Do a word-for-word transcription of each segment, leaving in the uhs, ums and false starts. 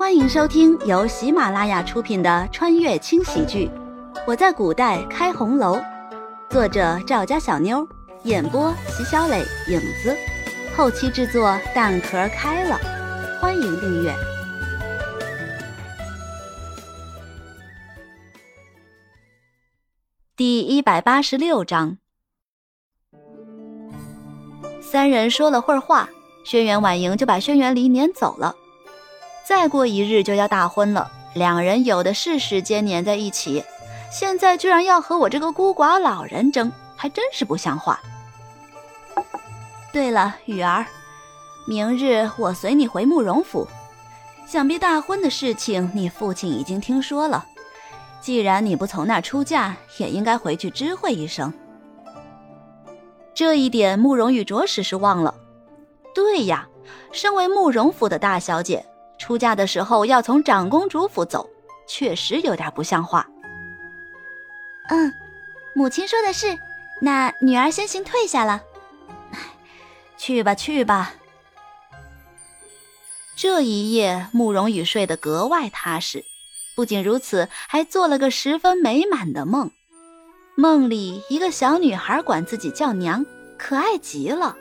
欢迎收听由喜马拉雅出品的穿越轻喜剧《我在古代开红楼》，作者赵家小妞，演播席小磊、影子，后期制作蛋壳开了。欢迎订阅。第一百八十六章，三人说了会儿话，轩辕婉莹就把轩辕离撵走了。再过一日就要大婚了，两人有的是时间黏在一起，现在居然要和我这个孤寡老人争，还真是不像话。对了，雨儿，明日我随你回慕容府，想必大婚的事情你父亲已经听说了，既然你不从那儿出嫁，也应该回去知会一声。这一点慕容羽着实是忘了。对呀，身为慕容府的大小姐，出嫁的时候要从长公主府走，确实有点不像话。 嗯，母亲说的是，那女儿先行退下了。 去吧去吧。这一夜慕容羽睡得格外踏实，不仅如此，还做了个十分美满的梦。梦里一个小女孩管自己叫娘，可爱极了。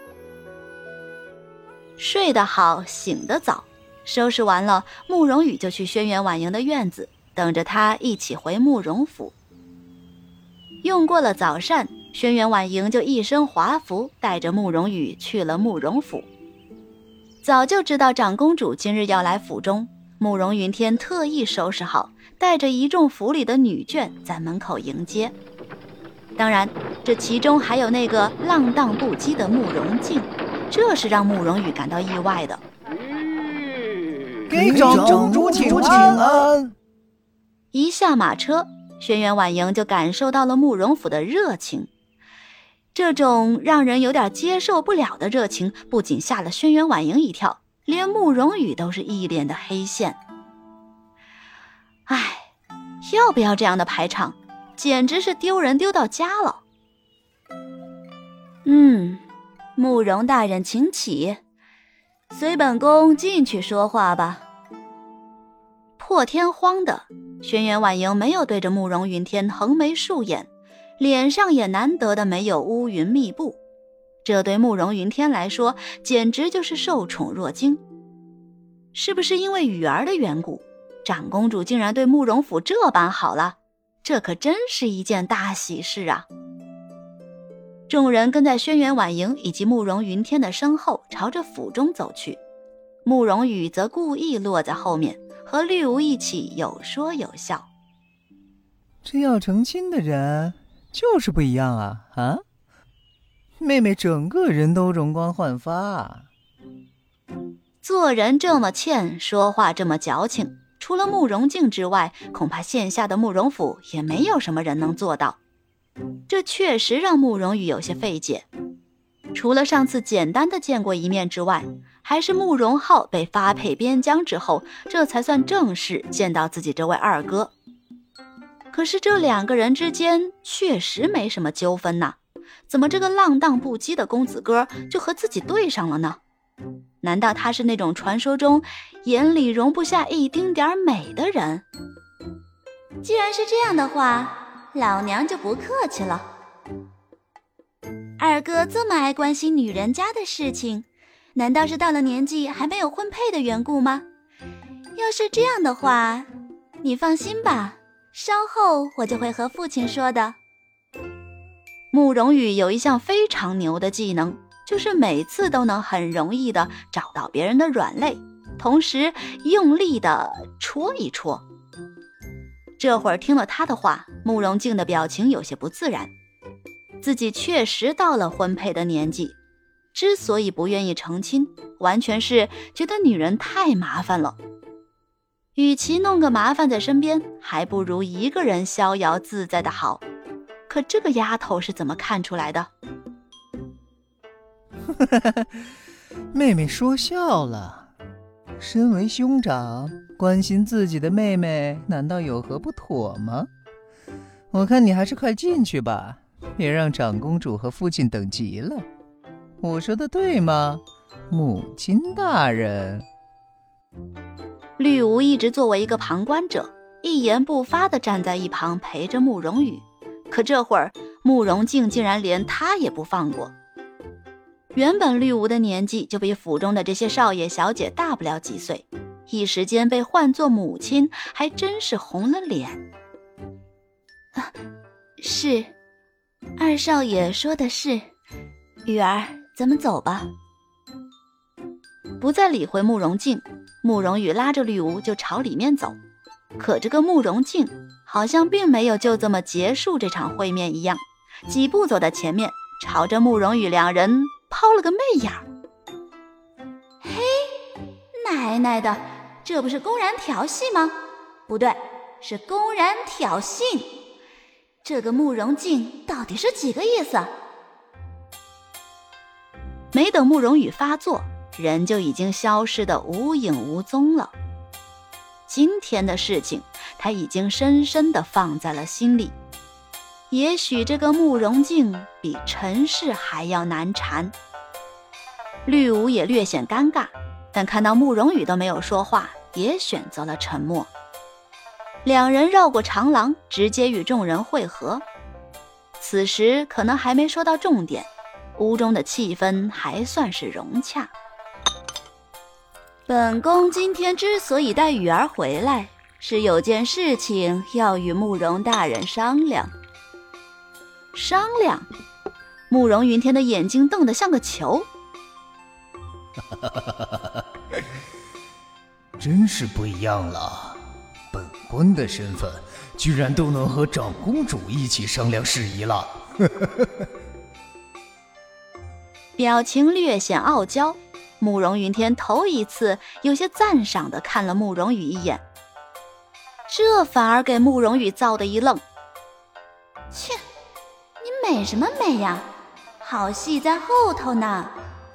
睡得好，醒得早，收拾完了，慕容羽就去轩辕婉莹的院子，等着她一起回慕容府。用过了早膳，轩辕婉莹就一身华服，带着慕容羽去了慕容府。早就知道长公主今日要来府中，慕容云天特意收拾好，带着一众府里的女眷在门口迎接。当然，这其中还有那个浪荡不羁的慕容静，这是让慕容羽感到意外的。 给长公主请安。 一下马车，轩辕婉莹就感受到了慕容府的热情。这种让人有点接受不了的热情，不仅吓了轩辕婉莹一跳，连慕容羽都是一脸的黑线。唉，要不要这样的排场？简直是丢人丢到家了。嗯，慕容大人请起，随本宫进去说话吧。破天荒的，轩辕婉莹没有对着慕容云天横眉竖眼，脸上也难得的没有乌云密布，这对慕容云天来说简直就是受宠若惊。是不是因为雨儿的缘故，长公主竟然对慕容府这般好了？这可真是一件大喜事啊！众人跟在轩辕婉莹以及慕容云天的身后朝着府中走去，慕容羽则故意落在后面，和绿芜一起有说有笑。 这要成亲的人就是不一样啊啊！妹妹整个人都容光焕发。 做人这么欠，说话这么矫情，除了慕容静之外，恐怕线下的慕容府也没有什么人能做到。这确实让慕容羽有些费解。除了上次简单的见过一面之外，还是慕容浩被发配边疆之后，这才算正式见到自己这位二哥。可是这两个人之间确实没什么纠纷呐，怎么这个浪荡不羁的公子哥就和自己对上了呢？难道他是那种传说中眼里容不下一丁点美的人？ 既然是这样的话，老娘就不客气了。二哥这么爱关心女人家的事情，难道是到了年纪还没有婚配的缘故吗？要是这样的话，你放心吧，稍后我就会和父亲说的。 慕容羽有一项非常牛的技能，就是每次都能很容易的找到别人的软肋，同时用力的戳一戳。这会儿听了他的话，慕容静的表情有些不自然。自己确实到了婚配的年纪，之所以不愿意成亲，完全是觉得女人太麻烦了。与其弄个麻烦在身边，还不如一个人逍遥自在的好。可这个丫头是怎么看出来的？ 妹妹说笑了，身为兄长，关心自己的妹妹难道有何不妥吗？我看你还是快进去吧，别让长公主和父亲等急了。我说的对吗，母亲大人？ 绿芜一直作为一个旁观者，一言不发地站在一旁陪着慕容羽，可这会儿慕容静竟然连他也不放过。原本绿芜的年纪就比府中的这些少爷小姐大不了几岁，一时间被唤作母亲，还真是红了脸。 啊，是，二少爷说的是，雨儿，咱们走吧。 不再理会慕容静，慕容羽拉着绿芜就朝里面走。可这个慕容静好像并没有就这么结束这场会面一样，几步走到前面，朝着慕容羽两人抛了个媚眼。 嘿，奶奶的，这不是公然调戏吗？不对，是公然挑衅。这个慕容静到底是几个意思？ 没等慕容羽发作，人就已经消失得无影无踪了。今天的事情他已经深深地放在了心里。也许这个慕容静比陈氏还要难缠。绿芜也略显尴尬，但看到慕容羽都没有说话，也选择了沉默。两人绕过长廊，直接与众人会合。此时可能还没说到重点，屋中的气氛还算是融洽。本宫今天之所以带雨儿回来，是有件事情要与慕容大人商量。商量？慕容云天的眼睛瞪得像个球。 真是不一样了，本官的身份居然都能和长公主一起商量事宜了。 表情略显傲娇，慕容云天头一次有些赞赏地看了慕容羽一眼，这反而给慕容羽燥得一愣。 切，你美什么美呀？好戏在后头呢。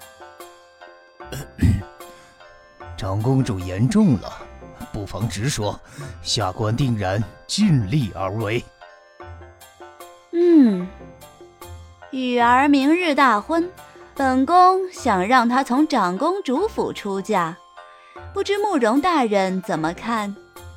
长公主言重了，不妨直说，下官定然尽力而为。 嗯，羽儿明日大婚，本宫想让她从长公主府出嫁，不知慕容大人怎么看？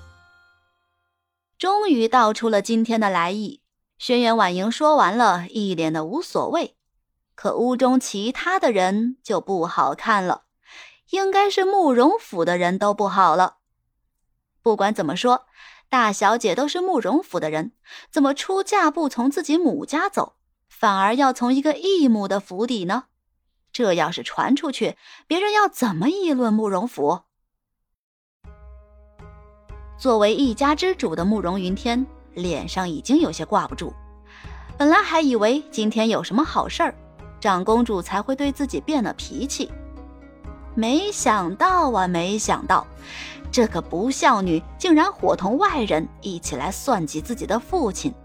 终于道出了今天的来意。轩辕婉莹说完了，一脸的无所谓。可屋中其他的人就不好看了，应该是慕容府的人都不好了。不管怎么说，大小姐都是慕容府的人，怎么出嫁不从自己母家走，反而要从一个异母的府邸呢？这要是传出去，别人要怎么议论慕容府？作为一家之主的慕容云天脸上已经有些挂不住，本来还以为今天有什么好事儿，长公主才会对自己变了脾气，没想到啊，没想到这个不孝女竟然伙同外人一起来算计自己的父亲。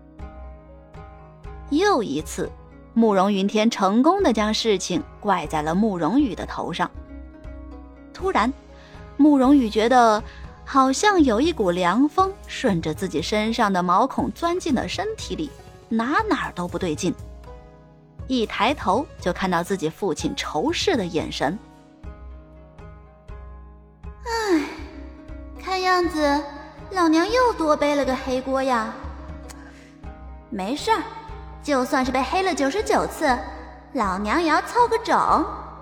又一次，慕容云天成功地将事情怪在了慕容羽的头上。突然，慕容羽觉得好像有一股凉风顺着自己身上的毛孔钻进了身体里，哪哪儿都不对劲。一抬头就看到自己父亲仇视的眼神。 唉，看样子老娘又多背了个黑锅呀。没事儿，就算是被黑了九十九次，老娘也要凑个整。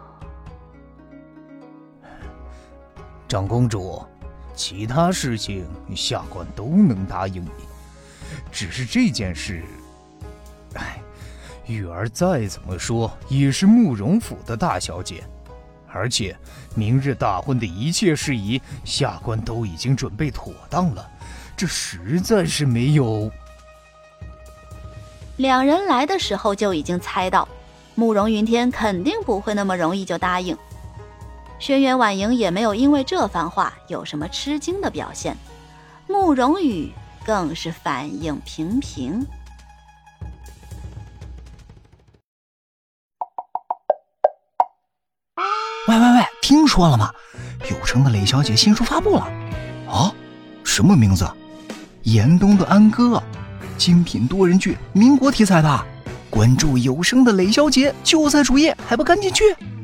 长公主，其他事情下官都能答应你，只是这件事，哎，玉儿再怎么说也是慕容府的大小姐，而且明日大婚的一切事宜，下官都已经准备妥当了，这实在是没有。 两人来的时候就已经猜到，慕容云天肯定不会那么容易就答应。轩辕婉莹也没有因为这番话有什么吃惊的表现，慕容羽更是反应平平。 喂喂喂，听说了吗？有城的磊小姐新书发布了。啊？什么名字？严冬的安哥，精品多人剧，民国题材的。关注有声的磊小姐就在主页，还不赶紧去！